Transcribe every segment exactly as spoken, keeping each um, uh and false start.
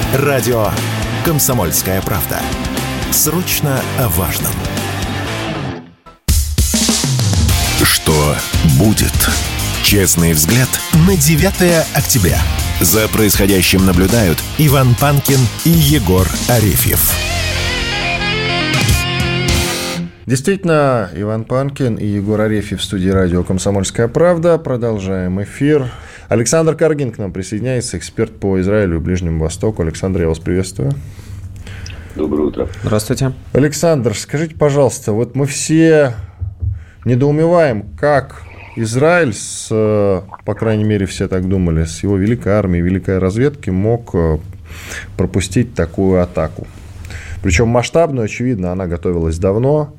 Радио «Комсомольская правда». Срочно о важном. Что будет? Честный взгляд на девятое октября. За происходящим наблюдают Иван Панкин и Егор Арефьев. Действительно, Иван Панкин и Егор Арефьев в студии радио «Комсомольская правда». Продолжаем эфир. Александр Каргин к нам присоединяется, эксперт по Израилю и Ближнему Востоку. Александр, я вас приветствую. Доброе утро. Здравствуйте. Александр, скажите, пожалуйста, вот мы все недоумеваем, как Израиль, с, по крайней мере, все так думали, с его великой армией, великой разведки мог пропустить такую атаку. Причем масштабную, очевидно, она готовилась давно.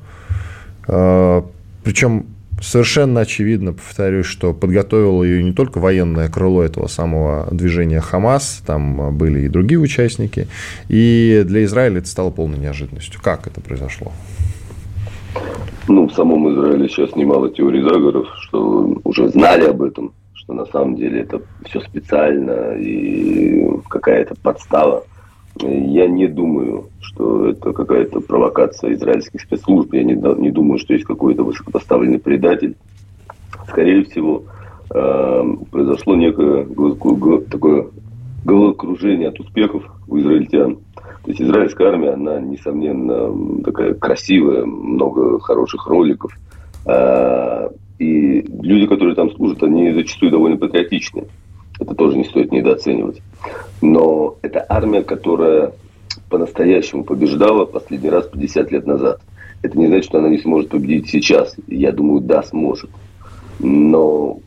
Причем совершенно очевидно, повторюсь, что подготовило ее не только военное крыло этого самого движения «Хамас», там были и другие участники, и для Израиля это стало полной неожиданностью. Как это произошло? Ну, в самом Израиле сейчас немало теорий заговоров, что уже знали об этом, что на самом деле это все специально и какая-то подстава. Я не думаю, что это какая-то провокация израильских спецслужб. Я не, не думаю, что есть какой-то высокопоставленный предатель. Скорее всего, э, произошло некое такое головокружение от успехов у израильтян. То есть израильская армия, она, несомненно, такая красивая, много хороших роликов. Э, и люди, которые там служат, они зачастую довольно патриотичны. Это тоже не стоит недооценивать. Но это армия, которая по-настоящему побеждала последний раз пятьдесят лет назад. Это не значит, что она не сможет победить сейчас. Я думаю, да, сможет. Но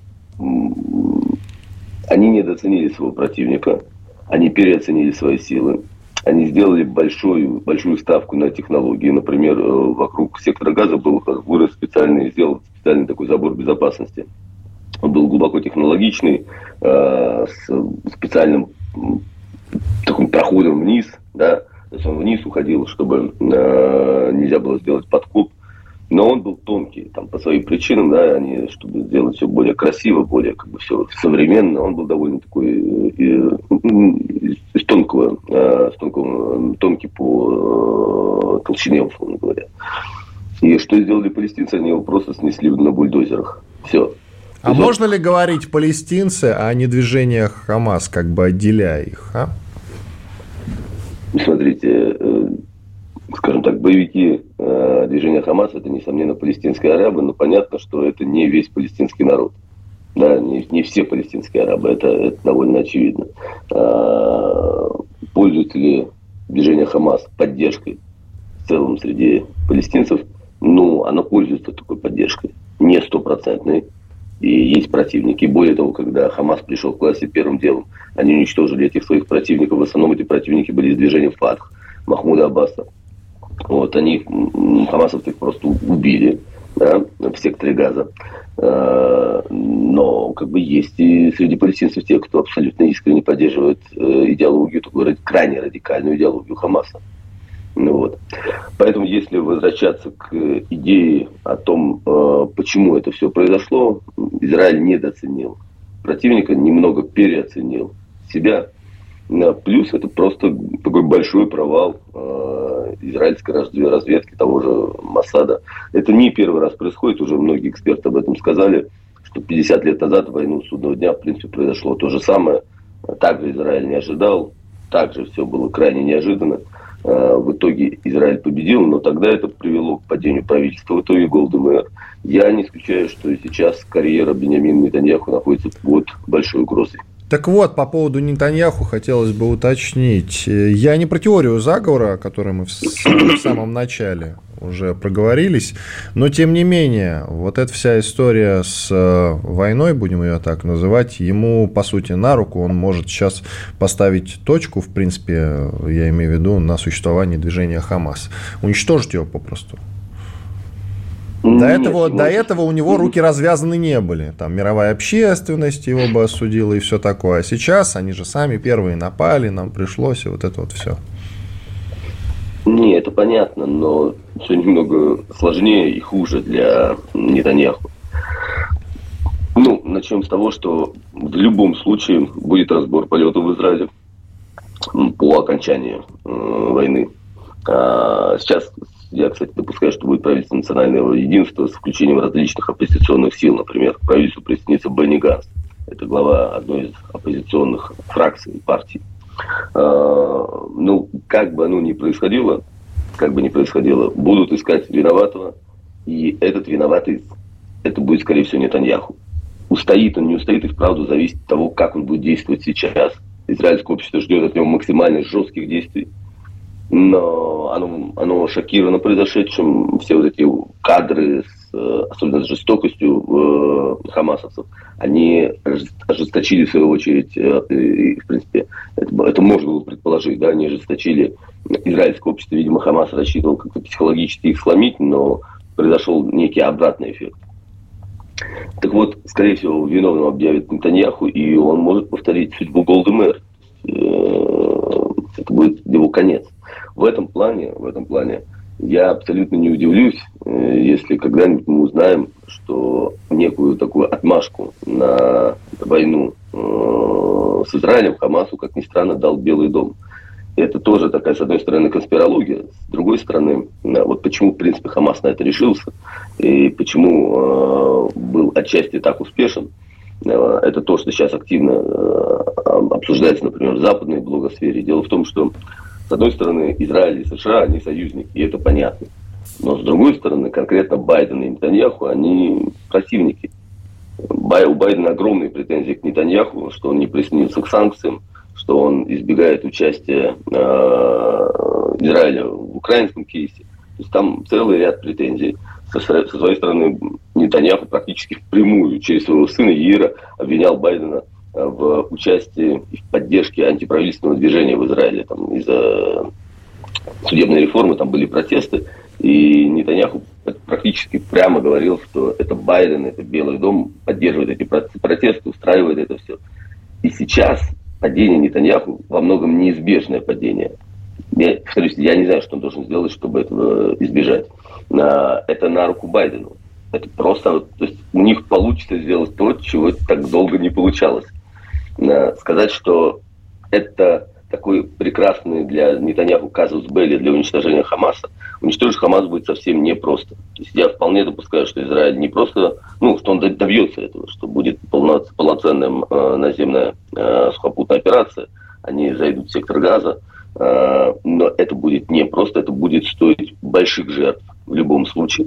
они недооценили своего противника. Они переоценили свои силы. Они сделали большую, большую ставку на технологии. Например, вокруг сектора Газа был вырос специальный, сделал специальный такой забор безопасности. Он был глубоко технологичный, э, с специальным таким проходом вниз, да, то есть он вниз уходил, чтобы э, нельзя было сделать подкоп, но он был тонкий, там, по своим причинам, да, они, чтобы сделать все более красиво, более как бы все современно, он был довольно такой э, из тонкого, э, с тонкого, тонкий по э, толщине, условно говоря. И что сделали палестинцы, они его просто снесли на бульдозерах. Все. А Зон... можно ли говорить палестинцы, а не движение Хамас, как бы отделяя их, а? Смотрите, э, скажем так, боевики э, движения Хамас — это, несомненно, палестинские арабы, но понятно, что это не весь палестинский народ. Да, не, не все палестинские арабы, это, это довольно очевидно. А, пользуется ли движение Хамас поддержкой в целом среди палестинцев? Ну, оно пользуется такой поддержкой, не стопроцентной. И есть противники. Более того, когда Хамас пришел к власти, первым делом они уничтожили этих своих противников. В основном эти противники были из движения Фатх, Махмуда Аббаса. Вот, они, хамасовцев просто убили, да, в секторе Газа. Но как бы есть и среди палестинцев те, кто абсолютно искренне поддерживает идеологию, такую крайне радикальную идеологию Хамаса. Ну, вот. Поэтому, если возвращаться к идее о том, почему это все произошло, Израиль недооценил противника, немного переоценил себя. Плюс это просто такой большой провал израильской разведки, того же Моссада. Это не первый раз происходит, уже многие эксперты об этом сказали, что пятьдесят лет назад в войну Судного дня, в принципе, произошло то же самое. Также Израиль не ожидал, также все было крайне неожиданно. В итоге Израиль победил, но тогда это привело к падению правительства. В итоге Голда Меир. Я не исключаю, что сейчас карьера Биньямина Нетаньяху находится под большой угрозой. Так вот, по поводу Нетаньяху хотелось бы уточнить. Я не про теорию заговора, о которой мы в самом начале уже проговорились, но тем не менее, вот эта вся история с войной, будем ее так называть, ему, по сути, на руку. Он может сейчас поставить точку, в принципе, я имею в виду, на существовании движения Хамас. Уничтожить его попросту. До этого, до этого у него руки развязаны не были. Там мировая общественность его бы осудила и все такое. А сейчас они же сами первые напали, нам пришлось, и вот это вот все. Не, это понятно, но все немного сложнее и хуже для Нетаньяху. Ну, начнем с того, что в любом случае будет разбор полетов в Израиле. по окончании э, войны. А сейчас я, кстати, допускаю, что будет правительство национального единства с включением различных оппозиционных сил. Например, к правительству присоединится Бенни Ганс. Это глава одной из оппозиционных фракций партий. А, ну, как бы оно ни происходило, как бы ни происходило, будут искать виноватого. И этот виноватый, это будет, скорее всего, Нетаньяху. Устоит он, не устоит, и вправду зависит от того, как он будет действовать сейчас. Израильское общество ждет от него максимально жестких действий. Но оно, оно шокировано произошедшим. Все вот эти кадры, с, особенно с жестокостью э, хамасовцев, они ожесточили, в свою очередь, э, и, в принципе, это, это можно было предположить, да, они ожесточили израильское общество. Видимо, Хамас рассчитывал как-то психологически их сломить, но произошел некий обратный эффект. Так вот, скорее всего, виновным объявит Нетаньяху, и он может повторить судьбу Голды Меир. Это будет его конец. В этом плане, в этом плане я абсолютно не удивлюсь, если когда-нибудь мы узнаем, что некую такую отмашку на войну с Израилем Хамасу, как ни странно, дал Белый дом. Это тоже такая, с одной стороны, конспирология, с другой стороны, вот почему, в принципе, Хамас на это решился, и почему э, был отчасти так успешен, э, это то, что сейчас активно э, обсуждается, например, в западной блогосфере. Дело в том, что, с одной стороны, Израиль и США, они союзники, и это понятно. Но, с другой стороны, конкретно Байден и Нетаньяху, они противники. Бай, у Байдена огромные претензии к Нетаньяху, что он не присоединился к санкциям, что он избегает участия э, Израиля в украинском кейсе. То есть там целый ряд претензий. Со, со своей стороны, Нетаньяху практически впрямую через своего сына Яира обвинял Байдена в участии и в поддержке антиправительственного движения в Израиле. Там из-за судебной реформы там были протесты, и Нетаньяху практически прямо говорил, что это Байден, это Белый дом поддерживает эти протесты, устраивает это все. И сейчас падение Нетаньяху во многом неизбежное падение. Я, повторюсь, я не знаю, что он должен сделать, чтобы этого избежать. Это на руку Байдену. Это просто, то есть у них получится сделать то, чего так долго не получалось. Сказать, что это такой прекрасный для Нетаньяху казус белли для уничтожения Хамаса. Уничтожить Хамас будет совсем непросто. То есть я вполне допускаю, что Израиль не просто, ну, что он добьется этого, что будет полно, полноценная э, наземная э, сухопутная операция, они зайдут в сектор Газа, э, но это будет непросто, это будет стоить больших жертв в любом случае.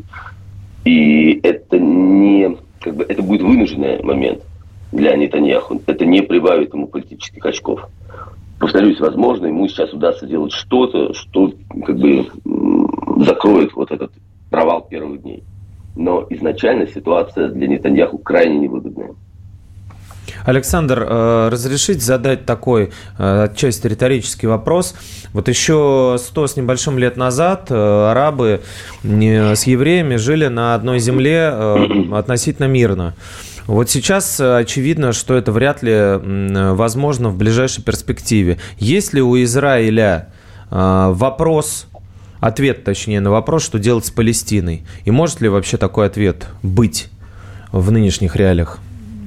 И это не, как бы, это будет вынужденный момент для Нетаньяху. Это не прибавит ему политических очков. Повторюсь, возможно, ему сейчас удастся делать что-то, что как бы закроет вот этот провал первых дней. Но изначально ситуация для Нетаньяху крайне невыгодная. Александр, разрешите задать такой отчасти риторический вопрос. Вот еще сто с небольшим лет назад арабы с евреями жили на одной земле относительно мирно. Вот сейчас очевидно, что это вряд ли возможно в ближайшей перспективе. Есть ли у Израиля вопрос, ответ, точнее, на вопрос, что делать с Палестиной? И может ли вообще такой ответ быть в нынешних реалиях?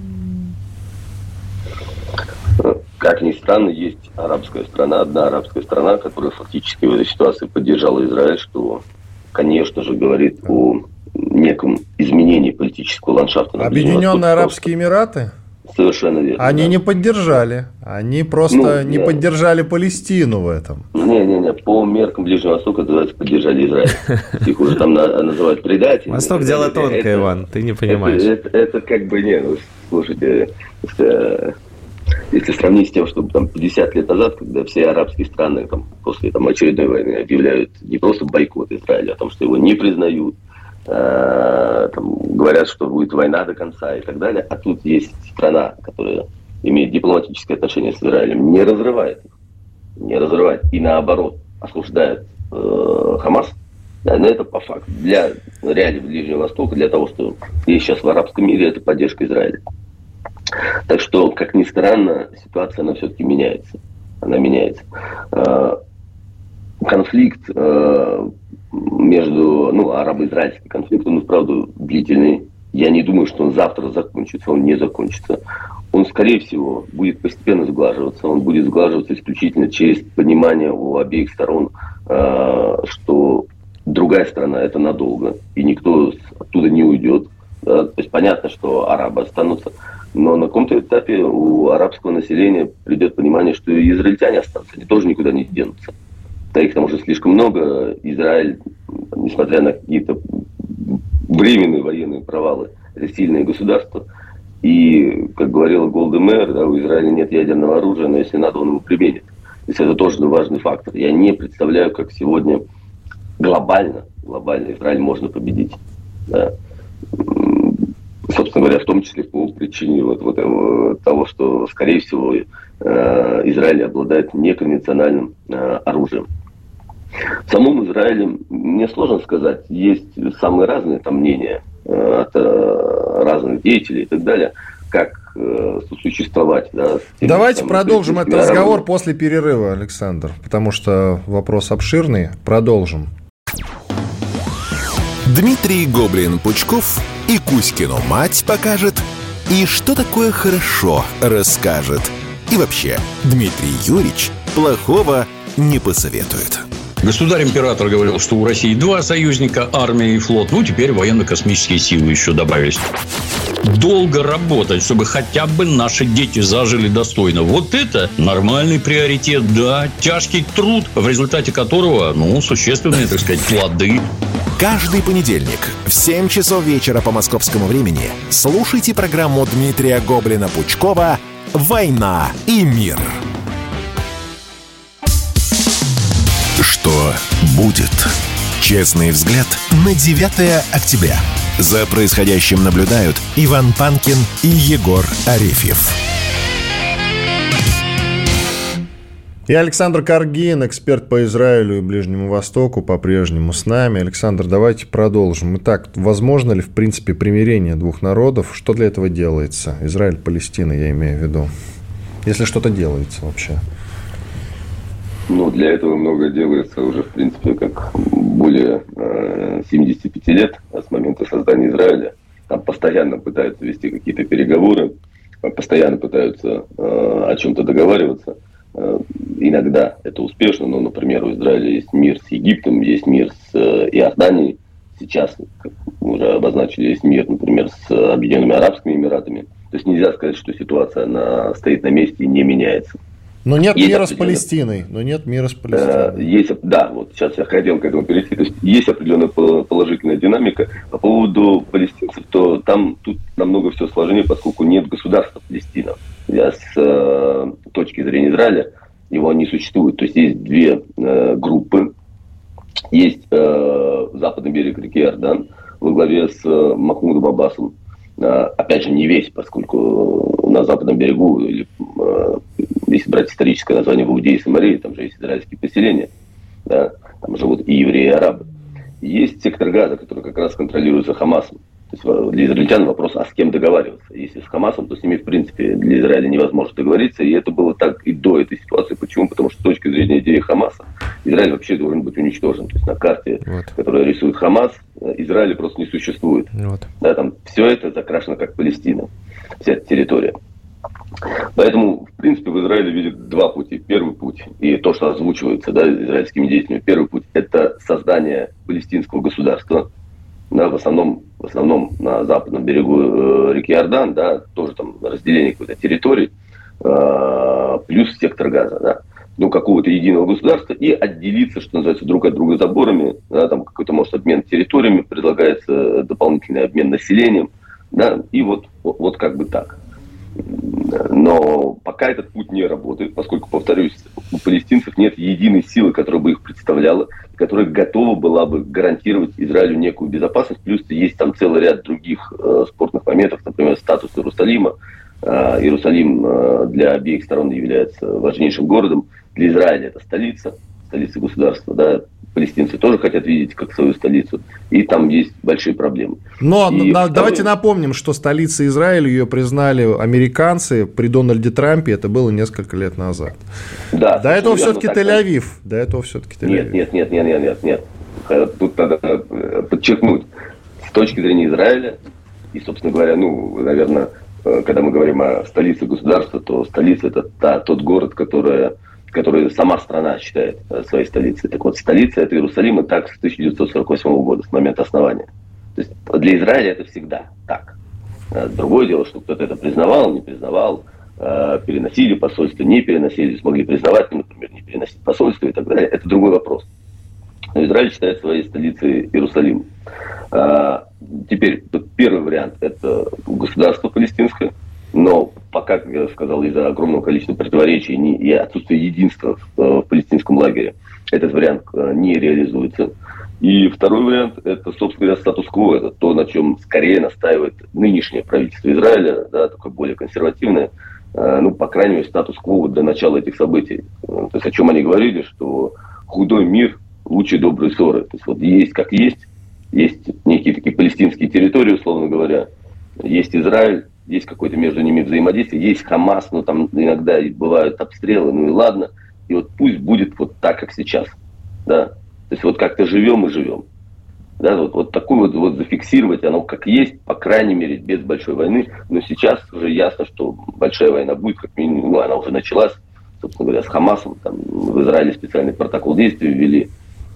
Как ни странно, есть арабская страна, одна арабская страна, которая фактически в этой ситуации поддержала Израиль, что, конечно же, говорит о неком изменении политического ландшафта. Объединенные Арабские Эмираты? Совершенно верно. Они да. не поддержали. Они просто ну, не да. поддержали Палестину в этом. Не-не-не, по меркам Ближнего Востока, называется, поддержали Израиль. Их уже там называют предателями. Восток дело тонкое, Иван, ты не понимаешь. Это как бы не, ну, слушайте, если сравнить с тем, что там пятьдесят лет назад, когда все арабские страны там, после там, очередной войны объявляют не просто бойкот Израиля, а том, что его не признают, э, там, говорят, что будет война до конца и так далее, а тут есть страна, которая имеет дипломатические отношения с Израилем, не разрывает их, не разрывает и наоборот осуждает э, Хамас, да, но это по факту. Для реалий Ближнего Востока, для того, что есть сейчас в арабском мире, это поддержка Израиля. Так что, как ни странно, ситуация, она все-таки меняется. Она меняется. Конфликт между, ну, арабо-израильский конфликт, он, правда, длительный. Я не думаю, что он завтра закончится, он не закончится. он, скорее всего, будет постепенно сглаживаться. Он будет сглаживаться исключительно через понимание у обеих сторон, что другая страна – это надолго, и никто оттуда не уйдет. Да? То есть понятно, что арабы останутся, но на каком-то этапе у арабского населения придет понимание, что и израильтяне останутся, они тоже никуда не денутся. Да, их там уже слишком много. Израиль, несмотря на какие-то временные военные провалы, это сильное государство. И, как говорила Голда Меир, да, у Израиля нет ядерного оружия, но если надо, он его применит. То есть это тоже важный фактор. Я не представляю, как сегодня глобально, глобально Израиль можно победить. Да. Собственно говоря, в том числе по причине вот, вот того, что, скорее всего, Израиль обладает неконвенциональным оружием. В самом Израиле мне сложно сказать, есть самые разные там мнения от разных деятелей и так далее, как сосуществовать. Да, теми, Давайте там, продолжим этот разговор арабами. После перерыва, Александр, потому что вопрос обширный. Продолжим. Дмитрий Гоблин-Пучков и Кузькину мать покажет, и что такое хорошо расскажет. И вообще, Дмитрий Юрьевич плохого не посоветует. Государь-император говорил, что у России два союзника, армия и флот. Ну, теперь военно-космические силы еще добавились. Долго работать, чтобы хотя бы наши дети зажили достойно. Вот это нормальный приоритет, да. Тяжкий труд, в результате которого, ну, существенные, так сказать, плоды. Каждый понедельник в семь часов вечера по московскому времени слушайте программу Дмитрия Гоблина-Пучкова «Война и мир». Что будет? Честный взгляд на девятое октября. За происходящим наблюдают Иван Панкин и Егор Арефьев. И Александр Каргин, эксперт по Израилю и Ближнему Востоку, по-прежнему с нами. Александр, давайте продолжим. Итак, возможно ли, в принципе, примирение двух народов? Что для этого делается? Израиль, Палестина, я имею в виду. Если что-то делается вообще. Ну, для этого много делается уже, в принципе, как более э, семьдесят пять лет с момента создания Израиля. Там постоянно пытаются вести какие-то переговоры, постоянно пытаются э, о чем-то договариваться. Э, иногда это успешно, но, например, у Израиля есть мир с Египтом, есть мир с э, Иорданией. Сейчас, как мы уже обозначили, есть мир, например, с Объединенными Арабскими Эмиратами. То есть нельзя сказать, что ситуация она стоит на месте и не меняется. Но нет есть мира с Палестиной. Но нет мира с Палестиной. Есть, да, вот сейчас я хотел к этому перейти. То есть есть определенная положительная динамика. По поводу палестинцев, то там тут намного все сложнее, поскольку нет государства Палестина. С э, точки зрения Израиля его не существует. То есть есть две э, группы. Есть э, западный берег реки Иордан во главе с э, Махмудом Аббасом. Э, опять же, не весь, поскольку на западном берегу, или, э, если брать историческое название, в Иудее и Самарии, там же есть израильские поселения. Да? Там живут и евреи, и арабы. Есть сектор Газа, который как раз контролируется Хамасом. То есть для израильтян вопрос, а с кем договариваться. Если с Хамасом, то с ними, в принципе, для Израиля невозможно договориться. И это было так и до этой ситуации. Почему? Потому что с точки зрения идеи Хамаса Израиль вообще должен быть уничтожен. То есть на карте, вот, которая рисует Хамас, Израиля просто не существует. Вот. Да, там все это закрашено как Палестина. Вся эта территория. Поэтому, в принципе, в Израиле видят два пути. Первый путь, и то, что озвучивается, да, израильскими деятелями, первый путь – это создание палестинского государства. Да, в основном, в основном на западном берегу э, реки Иордан, да, тоже там разделение какой-то территории, э, плюс сектор Газа, да, ну, какого-то единого государства, и отделиться, что называется, друг от друга заборами, да, там какой-то, может, обмен территориями, предлагается дополнительный обмен населением, да, и вот, вот, вот как бы так. Но пока этот путь не работает, поскольку, повторюсь, у палестинцев нет единой силы, которая бы их представляла, которая готова была бы гарантировать Израилю некую безопасность. Плюс есть там целый ряд других э, спорных моментов, например, статус Иерусалима. Э, Иерусалим э, для обеих сторон является важнейшим городом. Для Израиля это столица, столица государства, да. Палестинцы тоже хотят видеть как свою столицу, и там есть большие проблемы. Но и на, второй... давайте напомним, что столицей Израиля ее признали американцы при Дональде Трампе, это было несколько лет назад. Да, До этого все-таки Тель-Авив. До этого все-таки Тель-Авив. Нет, нет, нет, нет, нет, нет, нет. Тут надо подчеркнуть, с точки зрения Израиля, и, собственно говоря, ну, наверное, когда мы говорим о столице государства, то столица – это та, тот город, который, который сама страна считает своей столицей. Так вот, столица – это Иерусалим, и так с тысяча девятьсот сорок восьмого года, с момента основания. То есть для Израиля это всегда так. Другое дело, что кто-то это признавал, не признавал, переносили посольство, не переносили, смогли признавать, например, не переносить посольство и так далее. Это другой вопрос. Но Израиль считает своей столицей Иерусалим. А, теперь первый вариант – это государство палестинское, но пока, как я сказал, из-за огромного количества противоречий и отсутствия единства в, в палестинском лагере этот вариант не реализуется. И второй вариант – это, собственно говоря, статус-кво. Это то, на чем скорее настаивает нынешнее правительство Израиля, да, такое более консервативное. Ну, по крайней мере, статус-кво вот до начала этих событий. То есть о чем они говорили, что худой мир лучше доброй ссоры. То есть вот есть как есть, есть некие такие палестинские территории, условно говоря, есть Израиль, есть какое-то между ними взаимодействие, есть Хамас, но там иногда бывают обстрелы, ну и ладно. И вот пусть будет вот так, как сейчас. Да? То есть вот как-то живем и живем. Да, вот, вот такую вот, вот зафиксировать, оно как есть, по крайней мере, без большой войны. Но сейчас уже ясно, что большая война будет, как минимум, ну, она уже началась, собственно говоря, с Хамасом. Там в Израиле специальный протокол действий ввели,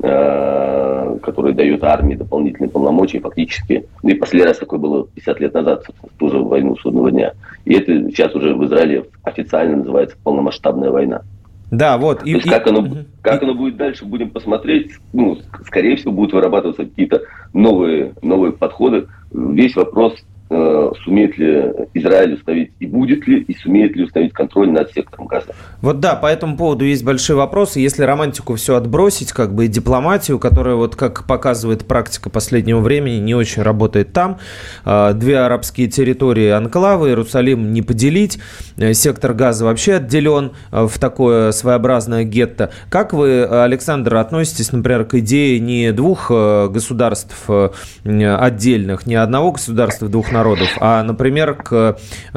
э, который дает армии дополнительные полномочия, фактически. Ну, и последний раз такое было пятьдесят лет назад, тоже в войну судного дня. И это сейчас уже в Израиле официально называется полномасштабная война. Да, вот. То и, есть, как, оно, и, как и... оно будет дальше, будем посмотреть. Ну, скорее всего, будут вырабатываться какие-то новые, новые подходы. Весь вопрос, э, сумеет ли Израиль установить, и будет ли, и сумеет ли установить контроль над сектором Газа. Вот да, по этому поводу есть большие вопросы. Если романтику все отбросить, как бы и дипломатию, которая, вот как показывает практика последнего времени, не очень работает там. Две арабские территории анклавы, Иерусалим не поделить, сектор Газа вообще отделен в такое своеобразное гетто. Как вы, Александр, относитесь, например, к идее не двух государств отдельных, не одного государства двух народов, а, например, к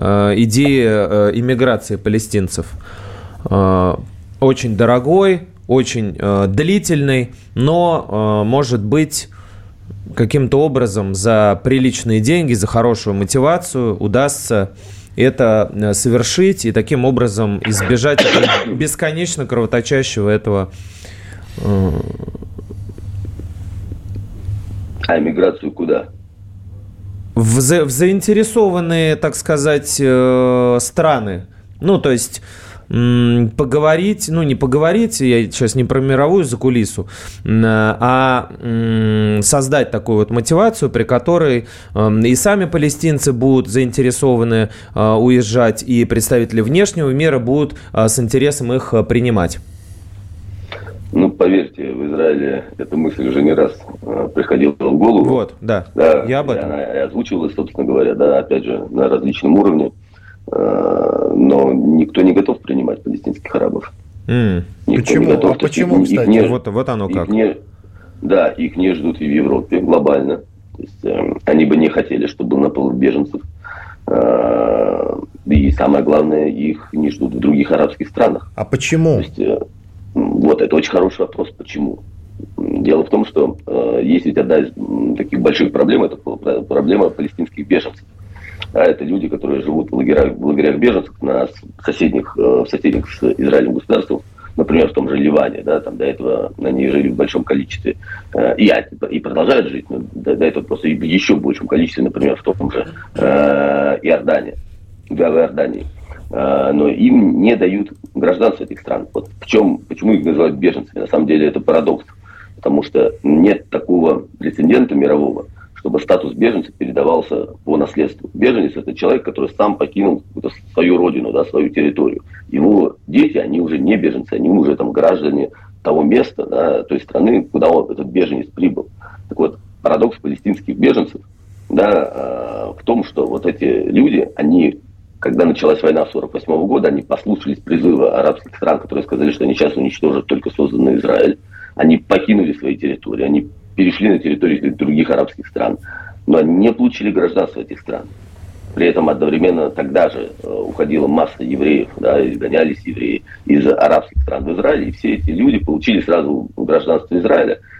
идее иммиграции палестинцев? Очень дорогой, очень э, длительный, но, э, может быть, каким-то образом за приличные деньги, за хорошую мотивацию удастся это совершить и таким образом избежать этого бесконечно кровоточащего этого... Э... А эмиграцию куда? В, за, в заинтересованные, так сказать, э, страны. Ну, то есть... поговорить, ну не поговорить, я сейчас не про мировую закулису, а создать такую вот мотивацию, при которой и сами палестинцы будут заинтересованы уезжать, и представители внешнего мира будут с интересом их принимать. Ну, поверьте, в Израиле эта мысль уже не раз приходила в голову. Вот, да, да я об этом. Она озвучивалась, собственно говоря, да, опять же, на различном уровне. Но никто не готов принимать палестинских арабов. Mm. Почему? Готов, а почему, их, кстати? Их не, вот, вот оно как. Не, да, их не ждут и в Европе глобально. То есть, э, они бы не хотели, чтобы был наплыв беженцев. Э, и самое главное, их не ждут в других арабских странах. А почему? То есть, э, вот это очень хороший вопрос. Почему? Дело в том, что э, есть ведь одна из м, таких больших проблем, это проблема палестинских беженцев. А это люди, которые живут в лагерях, в лагерях беженцев на соседних, в соседних с Израилем государствах, например, в том же Ливане, да, там до этого они жили в большом количестве, и, и продолжают жить, но до, до этого просто в еще большем количестве, например, в том же э, Иордане, в Иордании. Э, но им не дают гражданство этих стран. Вот в чем, почему их называют беженцами? На самом деле это парадокс, потому что нет такого прецедента мирового, чтобы статус беженца передавался по наследству. Беженец – это человек, который сам покинул свою родину, да, свою территорию. Его дети, они уже не беженцы, они уже там граждане того места, да, той страны, куда он, этот беженец прибыл. Так вот, парадокс палестинских беженцев, да, в том, что вот эти люди, они, когда началась война сорок восьмого года, они послушались призыва арабских стран, которые сказали, что они сейчас уничтожат только созданный Израиль. Они покинули свои территории, они перешли на территории других арабских стран, но они не получили гражданство этих стран. При этом одновременно тогда же э, уходила масса евреев, да, изгонялись евреи из арабских стран в Израиль, и все эти люди получили сразу гражданство Израиля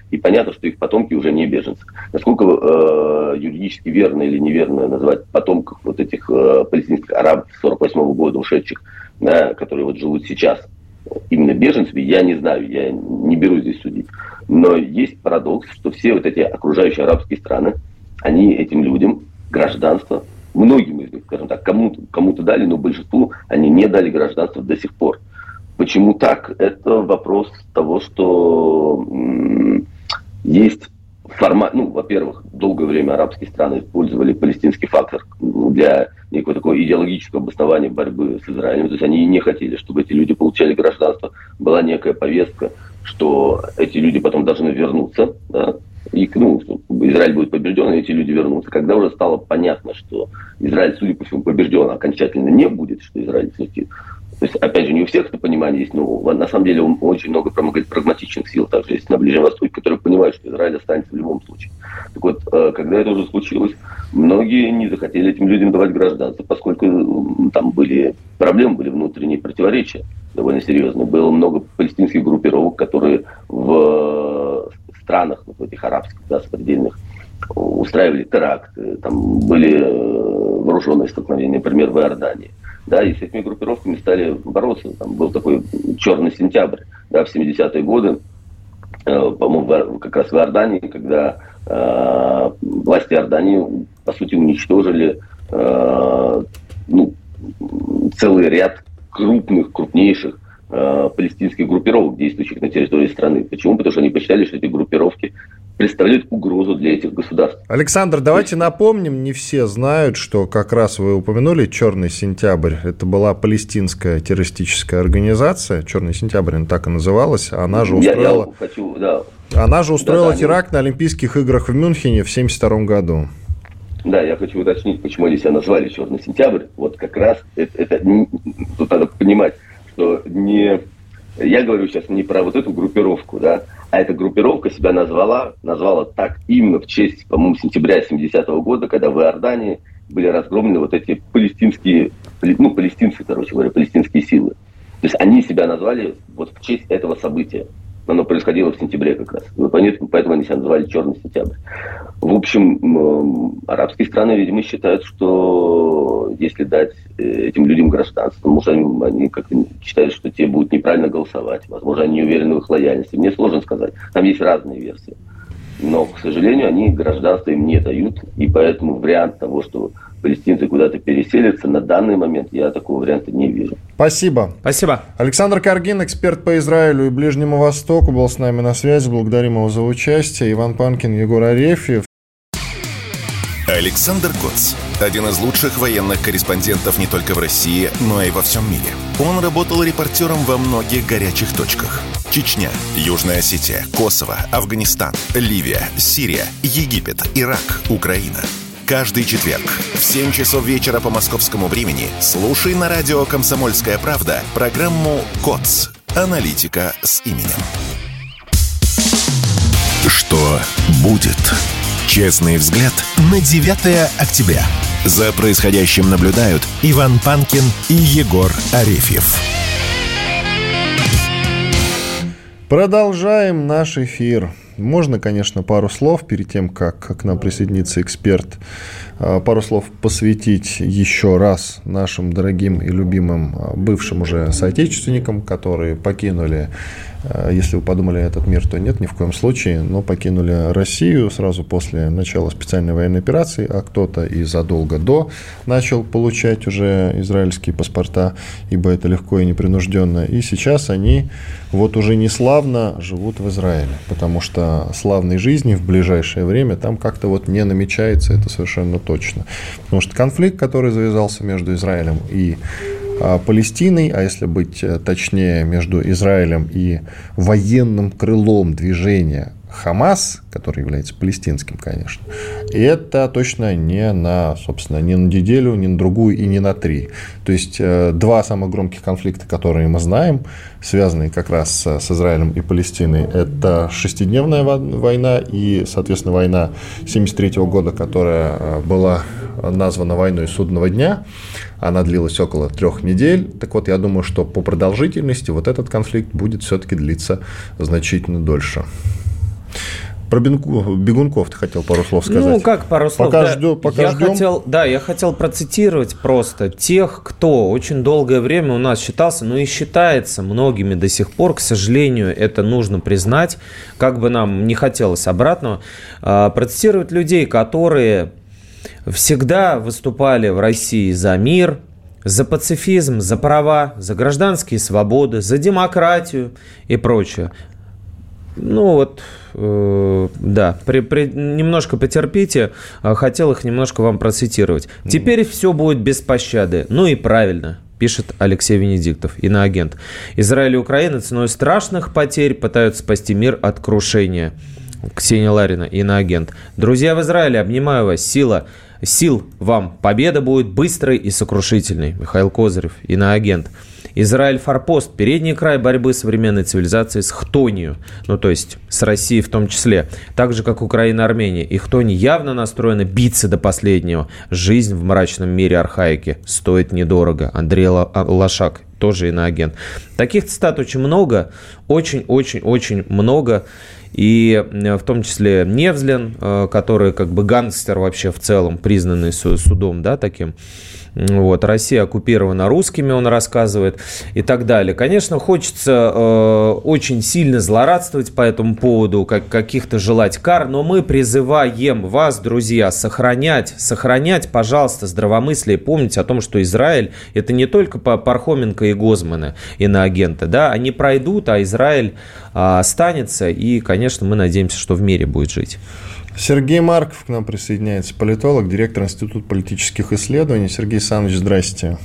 и понятно, что их потомки уже не беженцы. Насколько э, юридически верно или неверно назвать потомков вот этих э, палестинских арабов сорок восьмого года ушедших, да, которые вот живут сейчас именно беженцами, я не знаю, я не беру здесь судить. Но есть парадокс, что все вот эти окружающие арабские страны, они этим людям гражданство, многим из них, скажем так, кому-то, кому-то дали, но большинству они не дали гражданство до сих пор. Почему так? Это вопрос того, что м- есть формат, ну, во-первых, долгое время арабские страны использовали палестинский фактор для некого такого идеологического обоснования борьбы с Израилем. То есть они не хотели, чтобы эти люди получали гражданство. Была некая повестка, что эти люди потом должны вернуться, да, и, ну, Израиль будет побежден, и эти люди вернутся. Когда уже стало понятно, что Израиль, судя по всему, побежден, окончательно не будет, что Израиль все-таки... То есть, опять же, не у всех это понимание есть, но на самом деле очень много прагматичных сил также есть на Ближнем Востоке, которые понимают, что Израиль останется в любом случае. Так вот, когда это уже случилось, многие не захотели этим людям давать гражданство, поскольку там были проблемы, были внутренние противоречия довольно серьезные. Было много палестинских группировок, которые в странах, в этих арабских, да, сопредельных, устраивали теракты, там были вооруженные столкновения, например, в Иордании. Да, и с этими группировками стали бороться. Там был такой черный сентябрь, да, в семидесятые годы, э, по-моему, как раз в Иордании, когда э, власти Иордании, по сути, уничтожили э, ну, целый ряд крупных, крупнейших э, палестинских группировок, действующих на территории страны. Почему? Потому что они посчитали, что эти группировки представляют угрозу для этих государств. Александр, давайте напомним, не все знают, что как раз вы упомянули «Черный сентябрь». Это была палестинская террористическая организация, «Черный сентябрь» она так и называлась. Она же устроила, я, я хочу, да. она же устроила да, теракт да, на Олимпийских играх в Мюнхене в семьдесят втором году. Да, я хочу уточнить, почему они себя назвали «Черный сентябрь». Вот как раз это, это тут надо понимать, что не... Я говорю сейчас не про вот эту группировку, да, а эта группировка себя назвала, назвала так именно в честь, по-моему, сентября семидесятого года, когда в Иордании были разгромлены вот эти палестинские, ну, палестинцы, короче говоря, палестинские силы. То есть они себя назвали вот в честь этого события. Оно происходило в сентябре как раз. Поэтому они себя называли «Черный сентябрь». В общем, арабские страны, видимо, считают, что если дать этим людям гражданство, может, они, они как-то считают, что те будут неправильно голосовать. Возможно, они не уверены в их лояльности. Мне сложно сказать. Там есть разные версии. Но, к сожалению, они гражданство им не дают. И поэтому вариант того, что палестинцы куда-то переселятся, на данный момент я такого варианта не вижу. Спасибо. Спасибо. Александр Каргин, эксперт по Израилю и Ближнему Востоку, был с нами на связи. Благодарим его за участие. Иван Панкин, Егор Арефьев. Александр Коц. Один из лучших военных корреспондентов не только в России, но и во всем мире. Он работал репортером во многих горячих точках. Чечня, Южная Осетия, Косово, Афганистан, Ливия, Сирия, Египет, Ирак, Украина. Каждый четверг в семь часов вечера по московскому времени слушай на радио «Комсомольская правда» программу «КОЦ. Аналитика с именем». Что будет? Честный взгляд на девятое октября. За происходящим наблюдают Иван Панкин и Егор Арефьев. Продолжаем наш эфир. Можно, конечно, пару слов перед тем, как к нам присоединится эксперт, пару слов посвятить еще раз нашим дорогим и любимым бывшим уже соотечественникам, которые покинули, если вы подумали, этот мир, то нет, ни в коем случае, но покинули Россию сразу после начала специальной военной операции, а кто-то и задолго до начал получать уже израильские паспорта, ибо это легко и непринужденно. И сейчас они вот уже не славно живут в Израиле, потому что славной жизни в ближайшее время там как-то вот не намечается, это совершенно точно. Потому что конфликт, который завязался между Израилем и Палестиной, а если быть точнее, между Израилем и военным крылом движения Хамас, который является палестинским, конечно, и это точно не на, собственно, не на неделю, не на другую и не на три. То есть два самых громких конфликта, которые мы знаем, связанные как раз с Израилем и Палестиной, это шестидневная война и, соответственно, война семьдесят третьего года, которая была названа войной судного дня. Она длилась около трех недель. Так вот, я думаю, что по продолжительности вот этот конфликт будет все-таки длиться значительно дольше. Про бегунков ты хотел пару слов сказать. Ну, как пару слов? Пока, да, ждем, пока я ждем. Хотел, да, я хотел процитировать просто тех, кто очень долгое время у нас считался, ну и считается многими до сих пор, к сожалению, это нужно признать, как бы нам не хотелось обратного, процитировать людей, которые всегда выступали в России за мир, за пацифизм, за права, за гражданские свободы, за демократию и прочее. Ну вот, э, да, при, при, немножко потерпите, хотел их немножко вам процитировать. Теперь все будет без пощады. Ну и правильно, пишет Алексей Венедиктов, иноагент. Израиль и Украина ценой страшных потерь пытаются спасти мир от крушения. Ксения Ларина, иноагент. Друзья в Израиле, обнимаю вас, сила, сил вам, победа будет быстрой и сокрушительной. Михаил Козырев, иноагент. Израиль форпост, передний край борьбы современной цивилизации с хтонью, ну то есть с Россией в том числе, так же как Украина и Армения. И хтонь явно настроена биться до последнего. Жизнь в мрачном мире архаики стоит недорого. Андрей Лошак, тоже иноагент. Таких цитат очень много, очень-очень-очень много. И в том числе Невзлин, который как бы гангстер вообще в целом, признанный судом, да, таким. Вот, Россия оккупирована русскими, он рассказывает, и так далее. Конечно, хочется э, очень сильно злорадствовать по этому поводу, как, каких-то желать кар, но мы призываем вас, друзья, сохранять, сохранять, пожалуйста, здравомыслие, помнить о том, что Израиль – это не только Пархоменко и Гозманы, иноагенты, да, они пройдут, а Израиль э, останется, и, конечно, мы надеемся, что в мире будет жить. Сергей Марков к нам присоединяется, политолог, директор Института политических исследований. Сергей Александрович, здрасте.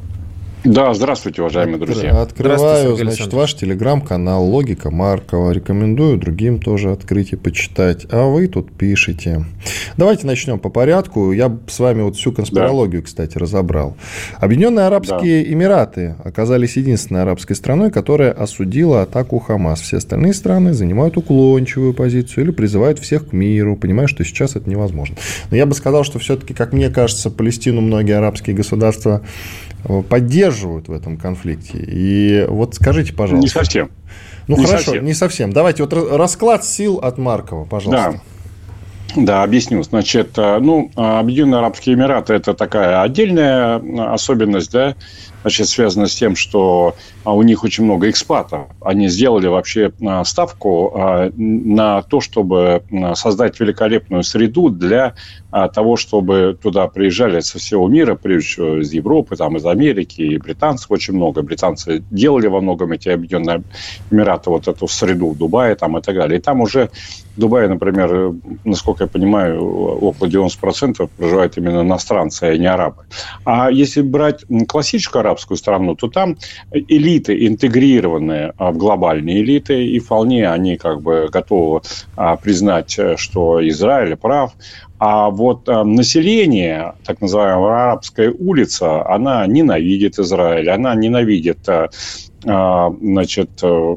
Да, здравствуйте, уважаемые Откр... друзья. Открываю, значит, ваш телеграм-канал «Логика Маркова». Рекомендую другим тоже открыть и почитать. А вы тут пишете. Давайте начнем по порядку. Я с вами вот всю конспирологию, да. кстати, разобрал. Объединенные Арабские да. Эмираты оказались единственной арабской страной, которая осудила атаку Хамас. Все остальные страны занимают уклончивую позицию или призывают всех к миру, понимая, что сейчас это невозможно. Но я бы сказал, что все-таки, как мне кажется, Палестину многие арабские государства поддерживают в этом конфликте. И вот скажите, пожалуйста. Не совсем. Ну, не хорошо, совсем. не совсем. Давайте вот расклад сил от Маркова, пожалуйста. Да. Да, объясню. Значит, ну, Объединенные Арабские Эмираты – это такая отдельная особенность, да, значит, связана с тем, что у них очень много экспатов. Они сделали вообще ставку на то, чтобы создать великолепную среду для того, чтобы туда приезжали со всего мира, прежде всего из Европы, там, из Америки, и британцев очень много. Британцы делали во многом эти Объединенные Эмираты, вот эту среду в Дубае там, и так далее. И там уже в Дубае, например, насколько я понимаю, около девяносто процентов проживают именно иностранцы, а не арабы. А если брать классическую арабскую страну, то там элиты, интегрированные в глобальные элиты, и вполне они как бы готовы признать, что Израиль прав. А вот э, население, так называемая арабская улица, она ненавидит Израиль, она ненавидит э, э, значит, э,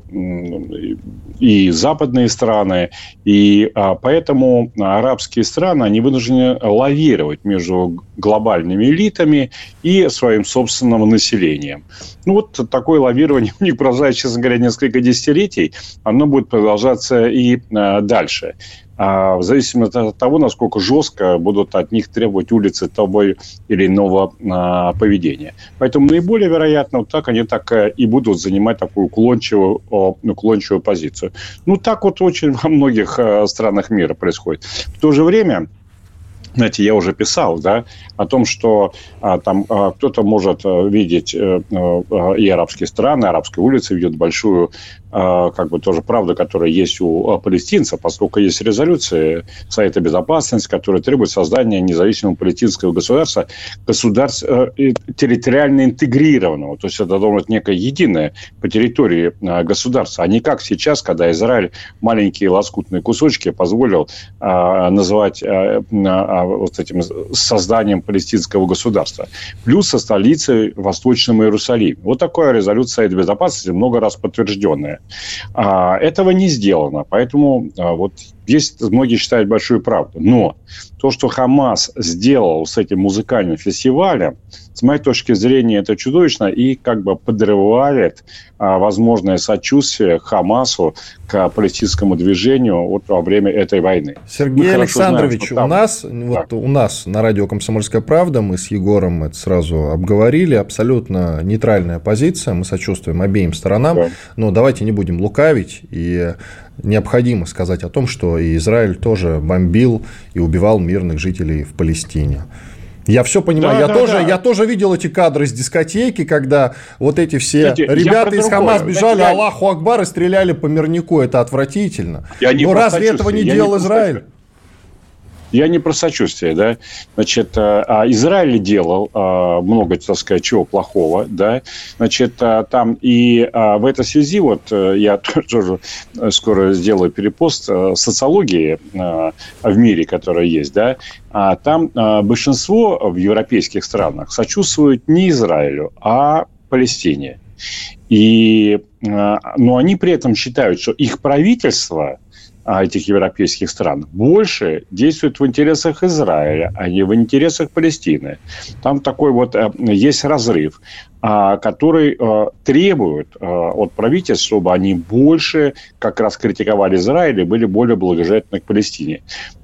и западные страны, и э, поэтому арабские страны, они вынуждены лавировать между глобальными элитами и своим собственным населением. Ну, вот такое лавирование у них продолжается, честно говоря, несколько десятилетий, оно будет продолжаться и э, дальше. В зависимости от того, насколько жестко будут от них требовать улицы того или иного а, поведения. Поэтому наиболее вероятно, вот так они так и будут занимать такую уклончивую, уклончивую позицию. Ну, так вот очень во многих странах мира происходит. В то же время, знаете, я уже писал, да, о том, что а, там а, кто-то может а, видеть а, а, и арабские страны, арабские улицы, видят большую, а, как бы тоже правду, которая есть у а, палестинцев, поскольку есть резолюции Совета Безопасности, которая требует создания независимого палестинского государства, государства э, территориально интегрированного. То есть это должно быть некое единое по территории а, государства, а не как сейчас, когда Израиль маленькие лоскутные кусочки позволил а, называть а, а, вот этим созданием палестинского государства. Плюс со столицей в Восточном Иерусалиме. Вот такая резолюция Совета Безопасности, много раз подтвержденная. А, этого не сделано. Поэтому а, вот Здесь многие считают большую правду. Но то, что Хамас сделал с этим музыкальным фестивалем, с моей точки зрения, это чудовищно и как бы подрывает а, возможное сочувствие Хамасу к палестинскому движению вот во время этой войны. Сергей Александрович, знаем, у нас, да. вот у нас на радио «Комсомольская правда», мы с Егором это сразу обговорили, абсолютно нейтральная позиция, мы сочувствуем обеим сторонам, да. Но давайте не будем лукавить, и необходимо сказать о том, что и Израиль тоже бомбил и убивал мирных жителей в Палестине. Я все понимаю. Да, я, да, тоже, да. я тоже видел эти кадры с дискотеки, когда вот эти все Знаете, ребята из Хамас бежали, я... Аллаху Акбар, и стреляли по мирнику. Это отвратительно. Но разве этого не я делал не Израиль? Я не про сочувствие, да. Значит, а Израиль делал много, так сказать, чего плохого, да. Значит, там и в этой связи, вот я тоже скоро сделаю перепост социологии в мире, которая есть, да. А там большинство в европейских странах сочувствуют не Израилю, а Палестине. И, но они при этом считают, что их правительство этих европейских стран больше действует в интересах Израиля, а не в интересах Палестины. Там такой вот есть разрыв, который требует от правительств, чтобы они больше как раз критиковали Израиль и были более благожелательны к Палестине,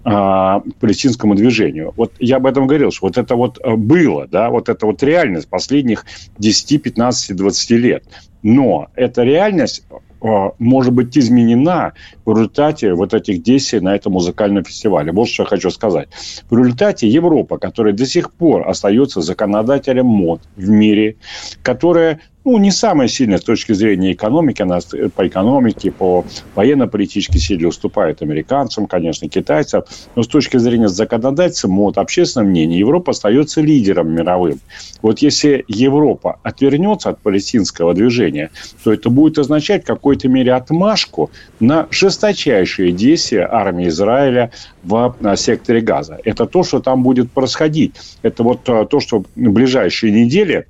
к палестинскому движению. Вот я об этом говорил, что вот это вот было, да, вот это вот реальность последних десять, пятнадцать, двадцать лет. Но эта реальность может быть изменена в результате вот этих действий на этом музыкальном фестивале. Вот что я хочу сказать. В результате Европа, которая до сих пор остается законодателем мод в мире, которая ну, не самая сильная с точки зрения экономики, она по экономике, по военно-политической силе уступает американцам, конечно, китайцам, но с точки зрения законодательства, мод, общественного мнения, Европа остается лидером мировым. Вот если Европа отвернется от палестинского движения, то это будет означать в какой-то мере отмашку на жесточайшие действия армии Израиля в секторе Газа. Это то, что там будет происходить. Это вот то, что в ближайшие недели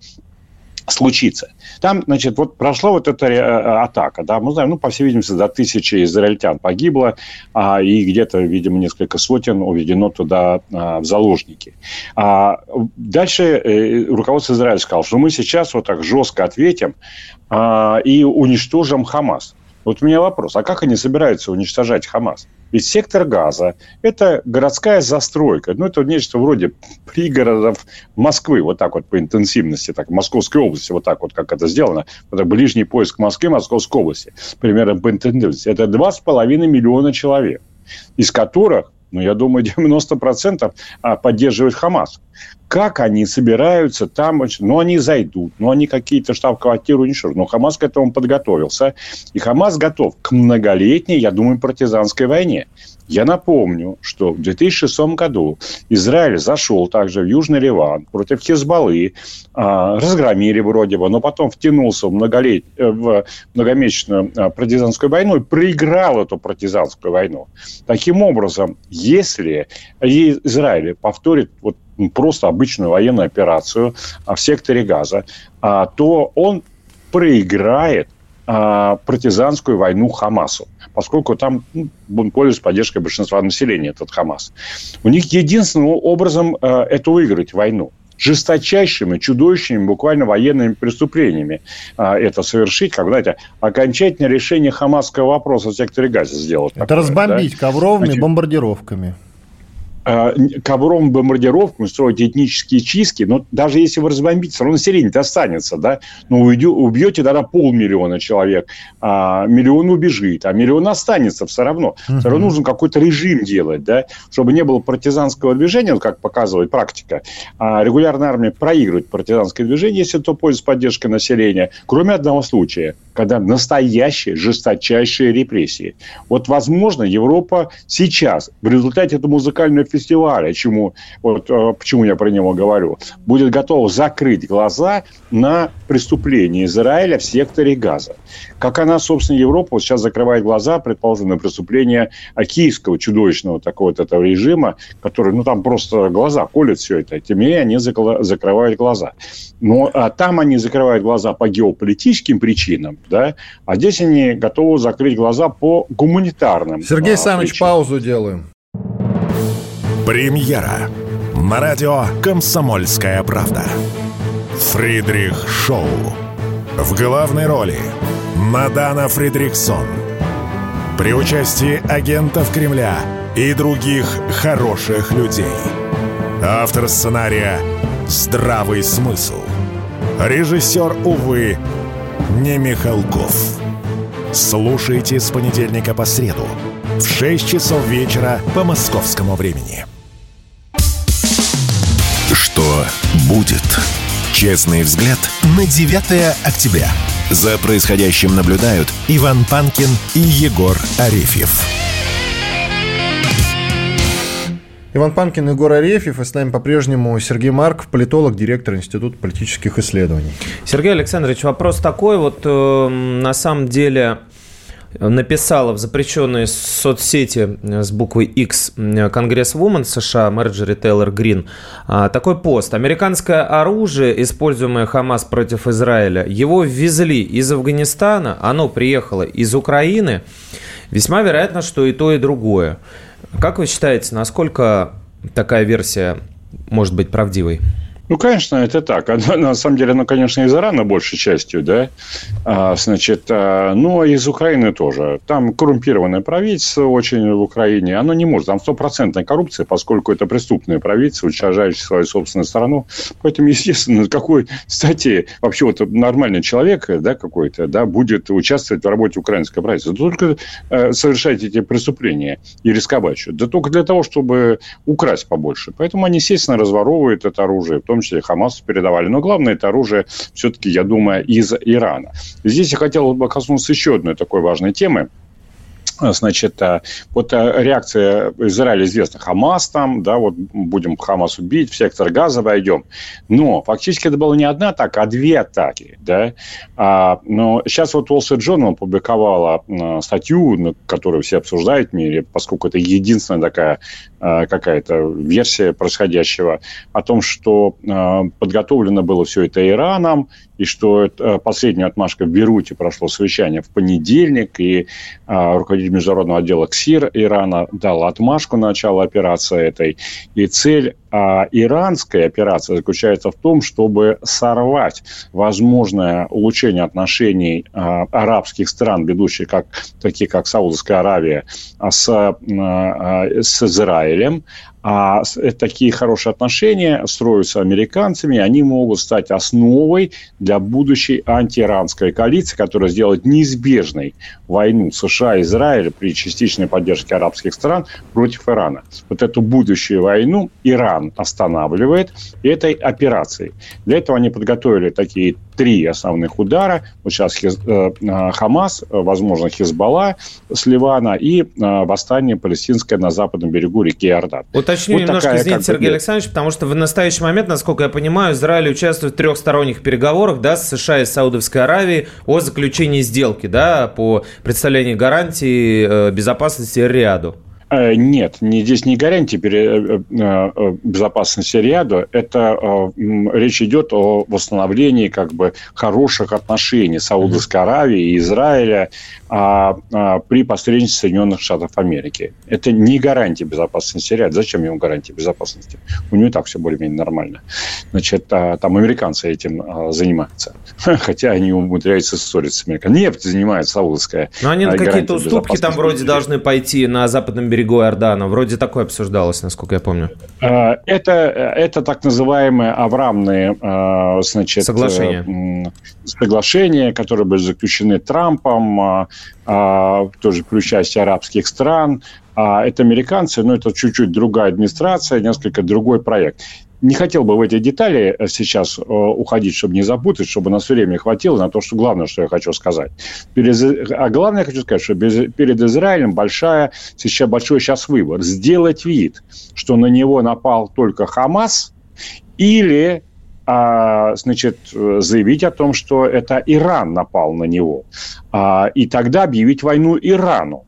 случится. Там, значит, вот прошла вот эта атака, да, мы знаем, ну, по всей видимости, до тысячи израильтян погибло, а, и где-то, видимо, несколько сотен уведено туда а, в заложники. А, дальше э, руководство Израиля сказало, что мы сейчас вот так жестко ответим а, и уничтожим Хамас. Вот у меня вопрос, а как они собираются уничтожать Хамас? Ведь сектор Газа – это городская застройка. Ну, это нечто вроде пригородов Москвы, вот так вот по интенсивности, так, Московской области, вот так вот, как это сделано. Это ближний пояс к Москве, Московской области, примерно по интенсивности. Это два с половиной миллиона человек, из которых, ну, я думаю, девяносто процентов поддерживают Хамас. Как они собираются там? Ну, они зайдут, ну, они какие-то штаб-квартиры уничтожат. Но Хамас к этому подготовился. И Хамас готов к многолетней, я думаю, партизанской войне. Я напомню, что в две тысячи шестом году Израиль зашел также в Южный Ливан против Хизбаллы, разгромили вроде бы, но потом втянулся в, многолет... в многомесячную партизанскую войну и проиграл эту партизанскую войну. Таким образом, если Израиль повторит вот просто обычную военную операцию в секторе Газа, то он проиграет партизанскую войну Хамасу, поскольку там ну, он пользуется поддержкой большинства населения, этот Хамас. У них единственным образом э, это выиграть войну. Жесточайшими, чудовищными, буквально военными преступлениями э, это совершить, как, знаете, окончательное решение хамасского вопроса в секторе Газа сделать. Это такое, разбомбить да? ковровыми Значит, бомбардировками. Ковром бомбардировками строить этнические чистки, но даже если вы разбомбите, все равно население-то останется, да, но убьете тогда полмиллиона человек, а миллион убежит, а миллион останется все равно. Uh-huh. Все равно нужно какой-то режим делать, да, чтобы не было партизанского движения, как показывает практика. А регулярная армия проигрывает партизанское движение, если то пользуется поддержкой населения, кроме одного случая, когда настоящие жесточайшие репрессии. Вот, возможно, Европа сейчас в результате этого музыкального фестиваля, чему, вот, почему я про него говорю, будет готов закрыть глаза на преступления Израиля в секторе Газа. Как она, собственно, Европа вот сейчас закрывает глаза, предположим, на преступления киевского чудовищного такого вот этого режима, который, ну, там просто глаза колят все это. Тем не менее, они закрывают глаза. Но а там они закрывают глаза по геополитическим причинам, да, а здесь они готовы закрыть глаза по гуманитарным. Сергей а, Саныч, причинам. паузу делаем. Премьера на радио «Комсомольская правда». Фридрих Шоу. В главной роли Мадана Фридрихсон. При участии агентов Кремля и других хороших людей. Автор сценария «Здравый смысл». Режиссер, увы, не Михалков. Слушайте с понедельника по среду в шесть часов вечера по московскому времени. Что будет? Честный взгляд на девятое октября. За происходящим наблюдают Иван Панкин и Егор Арефьев. Иван Панкин, Егор Арефьев, и с нами по-прежнему Сергей Марков, политолог, директор Института политических исследований. Сергей Александрович, вопрос такой, вот э, на самом деле написала в запрещенной соцсети с буквой X Конгрессвумен США Марджори Тейлор Грин такой пост. Американское оружие, используемое Хамас против Израиля, его ввезли из Афганистана, оно приехало из Украины. Весьма вероятно, что и то, и другое. Как вы считаете, насколько такая версия может быть правдивой? Ну, конечно, это так. На самом деле, оно, конечно, из Ирана большей частью, да. А, значит, а, ну, из Украины тоже. Там коррумпированное правительство очень в Украине. Оно не может. Там стопроцентная коррупция, поскольку это преступное правительство, уничтожающее свою собственную страну. Поэтому, естественно, какой, кстати, вообще вот нормальный человек, да, какой-то, да, будет участвовать в работе украинского правительства. Только э, совершать эти преступления и рисковать что-то. Да только для того, чтобы украсть побольше. Поэтому они, естественно, разворовывают это оружие, в том числе Хамасу передавали. Но главное, это оружие все-таки, я думаю, из Ирана. Здесь я хотел бы коснуться еще одной такой важной темы. Значит, вот реакция Израиля известна. Хамас там, да, вот будем Хамас убить, в сектор Газа войдем. Но фактически это было не одна атака, а две атаки, да. А, но сейчас вот Wall Street Journal опубликовала статью, которую все обсуждают в мире, поскольку это единственная такая какая-то версия происходящего, о том, что подготовлено было все это Ираном, и что последняя отмашка в Бейруте прошло совещание в понедельник, и руководитель международного отдела КСИР Ирана дал отмашку на начало операции этой. И цель а, иранской операции заключается в том, чтобы сорвать возможное улучшение отношений а, арабских стран, ведущих как, такие как Саудовская Аравия, с, а, с Израилем. А такие хорошие отношения строятся американцами, они могут стать основой для будущей антииранской коалиции, которая сделает неизбежной войну США и Израиля при частичной поддержке арабских стран против Ирана. Вот эту будущую войну Иран останавливает этой операцией. Для этого они подготовили такие три основных удара. Вот сейчас Хиз, э, Хамас, возможно, Хизбалла с Ливана и э, восстание палестинское на западном берегу реки Иордан. Уточню вот немножко, такая, извините, Сергей бы... Александрович, потому что в настоящий момент, насколько я понимаю, Израиль участвует в трехсторонних переговорах, да, с США и Саудовской Аравией о заключении сделки, да, по представлению гарантии э, безопасности Эр-Рияду. Нет, не, здесь не гарантия безопасности Риаду. Это э, речь идет о восстановлении как бы хороших отношений Саудовской Аравии и Израиля а, а, при посредничестве Соединенных Штатов Америки. Это не гарантия безопасности Риада. Зачем ему гарантия безопасности? У него и так все более-менее нормально. Значит, а, там американцы этим а, занимаются. Хотя они умудряются ссориться с американцами. Нефть занимает Саудовская. Но они на какие-то уступки там вроде должны пойти на западном берегу берегу Иордана. Вроде такое обсуждалось, насколько я помню. Это, это так называемые авраамные, значит, соглашения. соглашения, которые были заключены Трампом, тоже при участии арабских стран. Это американцы, но это чуть-чуть другая администрация, несколько другой проект. не хотел бы в эти детали сейчас уходить, чтобы не запутать, чтобы у нас времени хватило на то, что главное, что я хочу сказать. Перед, а главное, я хочу сказать, что без, перед Израилем большая, сейчас, большой сейчас выбор. Сделать вид, что на него напал только Хамас, или... А, значит, заявить о том, что это Иран напал на него. А, и тогда объявить войну Ирану.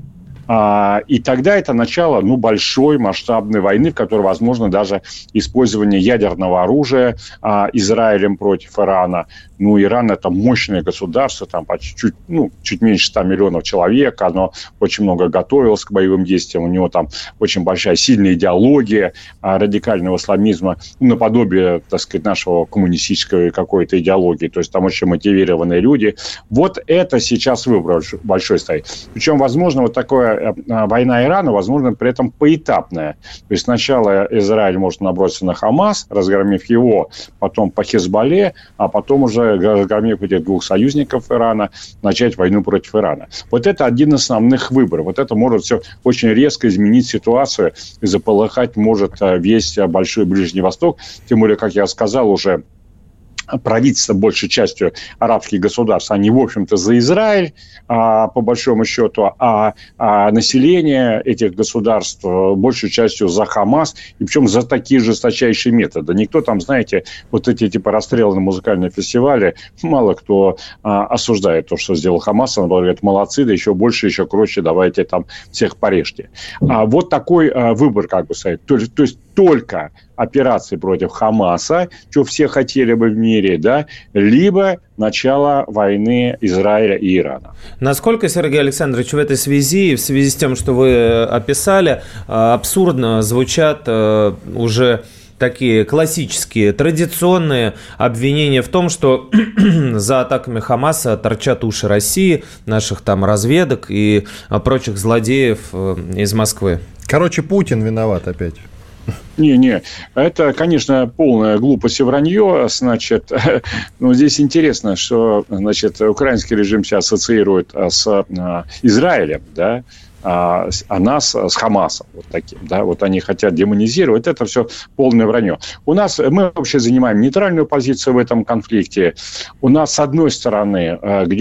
А, и тогда это начало ну, большой масштабной войны, в которой возможно даже использование ядерного оружия а, Израилем против Ирана. Ну, Иран – это мощное государство, там почти чуть, ну, чуть меньше ста миллионов человек, оно очень много готовилось к боевым действиям, у него там очень большая, сильная идеология а, радикального исламизма, ну, наподобие, так сказать, нашего коммунистической какой-то идеологии, то есть там очень мотивированные люди. Вот это сейчас выбор большой стоит. Причем, возможно, вот такая война Ирана, возможно, при этом поэтапная. То есть сначала Израиль может наброситься на Хамас, разгромив его, потом по Хезболле, а потом уже разгромив этих двух союзников Ирана, начать войну против Ирана. Вот это один из основных выборов. Вот это может все очень резко изменить ситуацию, и заполыхать может весь большой Ближний Восток. Тем более, как я сказал уже, правительства, большей частью арабских государств, они, в общем-то, за Израиль, а, по большому счету, а, а население этих государств большей частью за Хамас, и причем за такие жесточайшие методы. Никто там, знаете, вот эти типа расстрелы на музыкальные фестивали, мало кто а, осуждает то, что сделал Хамас, он говорит, молодцы, да еще больше, еще круче, давайте там всех порежьте. А, вот такой а, выбор, как бы сказать, то, то есть только операции против Хамаса, что все хотели бы в мире, да, либо начало войны Израиля и Ирана. Насколько, Сергей Александрович, в этой связи, в связи с тем, что вы описали, абсурдно звучат уже такие классические, традиционные обвинения в том, что за атаками Хамаса торчат уши России, наших там разведок и прочих злодеев из Москвы? Короче, Путин виноват опять. Не-не, это, конечно, полная глупость и вранье. Значит, ну, здесь интересно, что, значит, украинский режим себя ассоциирует с а, Израилем, да, а, а нас с Хамасом, вот таким, да, вот они хотят демонизировать, это все полное вранье. У нас, мы вообще занимаем нейтральную позицию в этом конфликте. У нас, с одной стороны,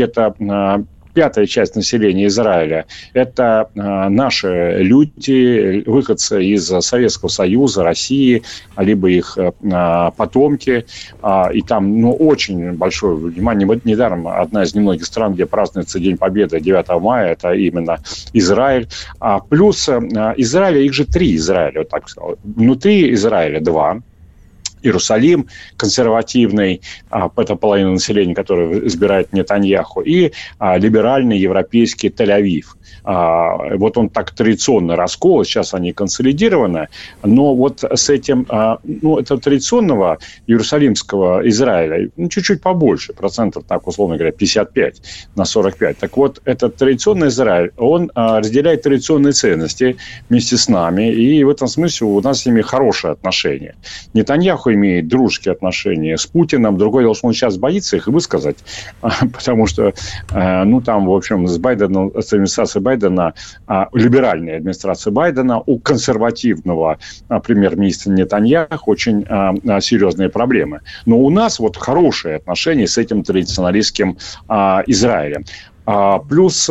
где-то пятая часть населения Израиля – это э, наши люди, выходцы из Советского Союза, России, либо их э, потомки. Э, и там ну, очень большое внимание. Недаром одна из немногих стран, где празднуется День Победы девятого мая, это именно Израиль. А плюс э, Израиля, их же три Израиля, вот так сказал. Внутри Израиля два. Иерусалим консервативный, это половина населения, которое избирает Нетаньяху, и либеральный европейский Тель-Авив. Вот он так традиционно раскол, сейчас они консолидированы, но вот с этим, ну, это традиционного иерусалимского Израиля ну, чуть-чуть побольше, процентов, так условно говоря, пятьдесят пять на сорок пять. Так вот, этот традиционный Израиль, он разделяет традиционные ценности вместе с нами, и в этом смысле у нас с ними хорошие отношения. Нетаньяху имеет дружеские отношения с Путиным, другое дело, что он сейчас боится их высказать, потому что, ну, там, в общем, с Байденом, с администрацией Байдена, либеральной администрации Байдена, у консервативного премьер-министра Нетаньяху очень серьезные проблемы. Но у нас вот хорошие отношения с этим традиционалистским Израилем. Плюс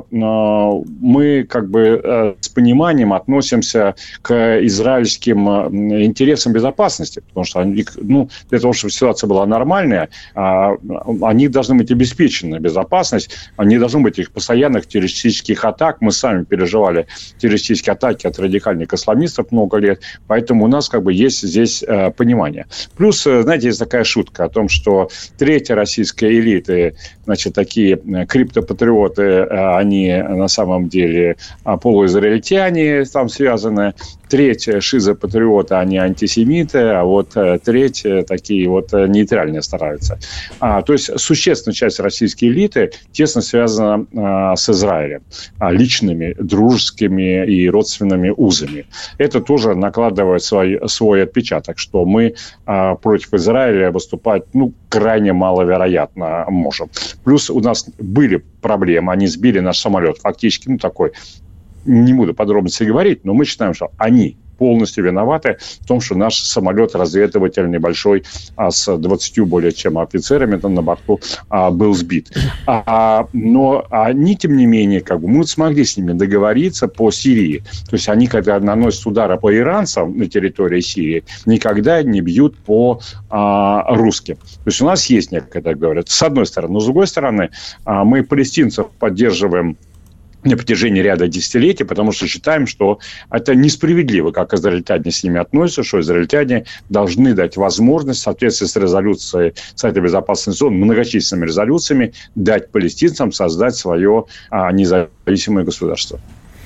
мы как бы с пониманием относимся к израильским интересам безопасности, потому что они, ну, для того, чтобы ситуация была нормальная, они должны быть обеспечена безопасность, они должны быть их постоянных террористических атак. Мы сами переживали террористические атаки от радикальных исламистов много лет, поэтому у нас как бы есть здесь понимание. Плюс, знаете, есть такая шутка о том, что третья российская элита, значит, такие крипто патриоты, они на самом деле полуизраильтяне там связаны. Треть шизопатриоты, они антисемиты, а вот треть такие вот нейтральные стараются. А, то есть существенная часть российской элиты тесно связана а, с Израилем, а, личными, дружескими и родственными узами. Это тоже накладывает свой, свой отпечаток, что мы а, против Израиля выступать ну, крайне маловероятно можем. Плюс у нас были проблемы, они сбили наш самолет фактически, ну такой, не буду подробности говорить, но мы считаем, что они полностью виноваты в том, что наш самолет разведывательный большой а, с двадцатью более чем офицерами там, на борту а, был сбит. А, но они, тем не менее, как бы, мы смогли с ними договориться по Сирии. То есть они, когда наносят удары по иранцам на территории Сирии, никогда не бьют по а, русским. То есть у нас есть некое, говорят, с одной стороны. Но с другой стороны, а, мы палестинцев поддерживаем на протяжении ряда десятилетий, потому что считаем, что это несправедливо, как израильтяне с ними относятся, что израильтяне должны дать возможность в соответствии с резолюцией Совета Безопасности ООН, многочисленными резолюциями, дать палестинцам создать свое а, независимое государство.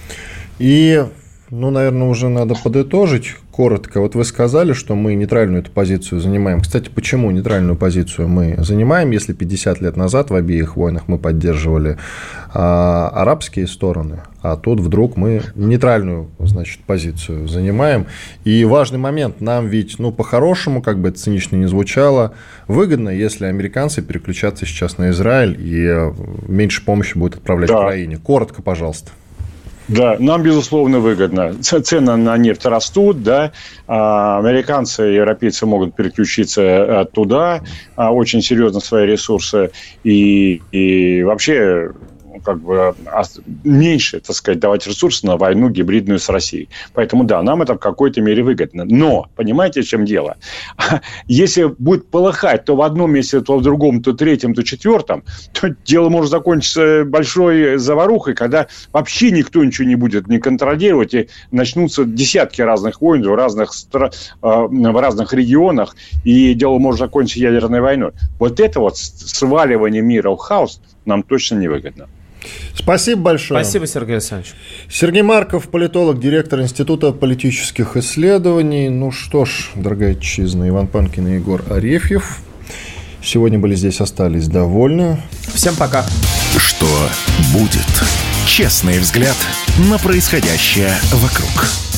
И, ну, наверное, уже надо подытожить коротко. Вот вы сказали, что мы нейтральную эту позицию занимаем. Кстати, почему нейтральную позицию мы занимаем, если пятьдесят лет назад в обеих войнах мы поддерживали а, арабские стороны, а тут вдруг мы нейтральную, значит, позицию занимаем. И важный момент, нам ведь, ну, по-хорошему, как бы это цинично не звучало, выгодно, если американцы переключатся сейчас на Израиль и меньше помощи будет отправлять да. Украине. Коротко, пожалуйста. Да, нам, безусловно, выгодно. Цены на нефть растут, да, американцы и европейцы могут переключиться туда, очень серьезно свои ресурсы, и, и вообще как бы меньше, так сказать, давать ресурсы на войну гибридную с Россией. Поэтому, да, нам это в какой-то мере выгодно. Но, понимаете, в чем дело? Если будет полыхать то в одном месте, то в другом, то в третьем, то в четвертом, то дело может закончиться большой заварухой, когда вообще никто ничего не будет не контролировать, и начнутся десятки разных войн в разных, стра... в разных регионах, и дело может закончиться ядерной войной. Вот это вот сваливание мира в хаос нам точно не выгодно. Спасибо большое. Спасибо, Сергей Александрович. Сергей Марков, политолог, директор Института политических исследований. Ну что ж, дорогая отчизна, Иван Панкин и Егор Арефьев сегодня были здесь, остались довольны. Всем пока. Что будет? Честный взгляд на происходящее вокруг.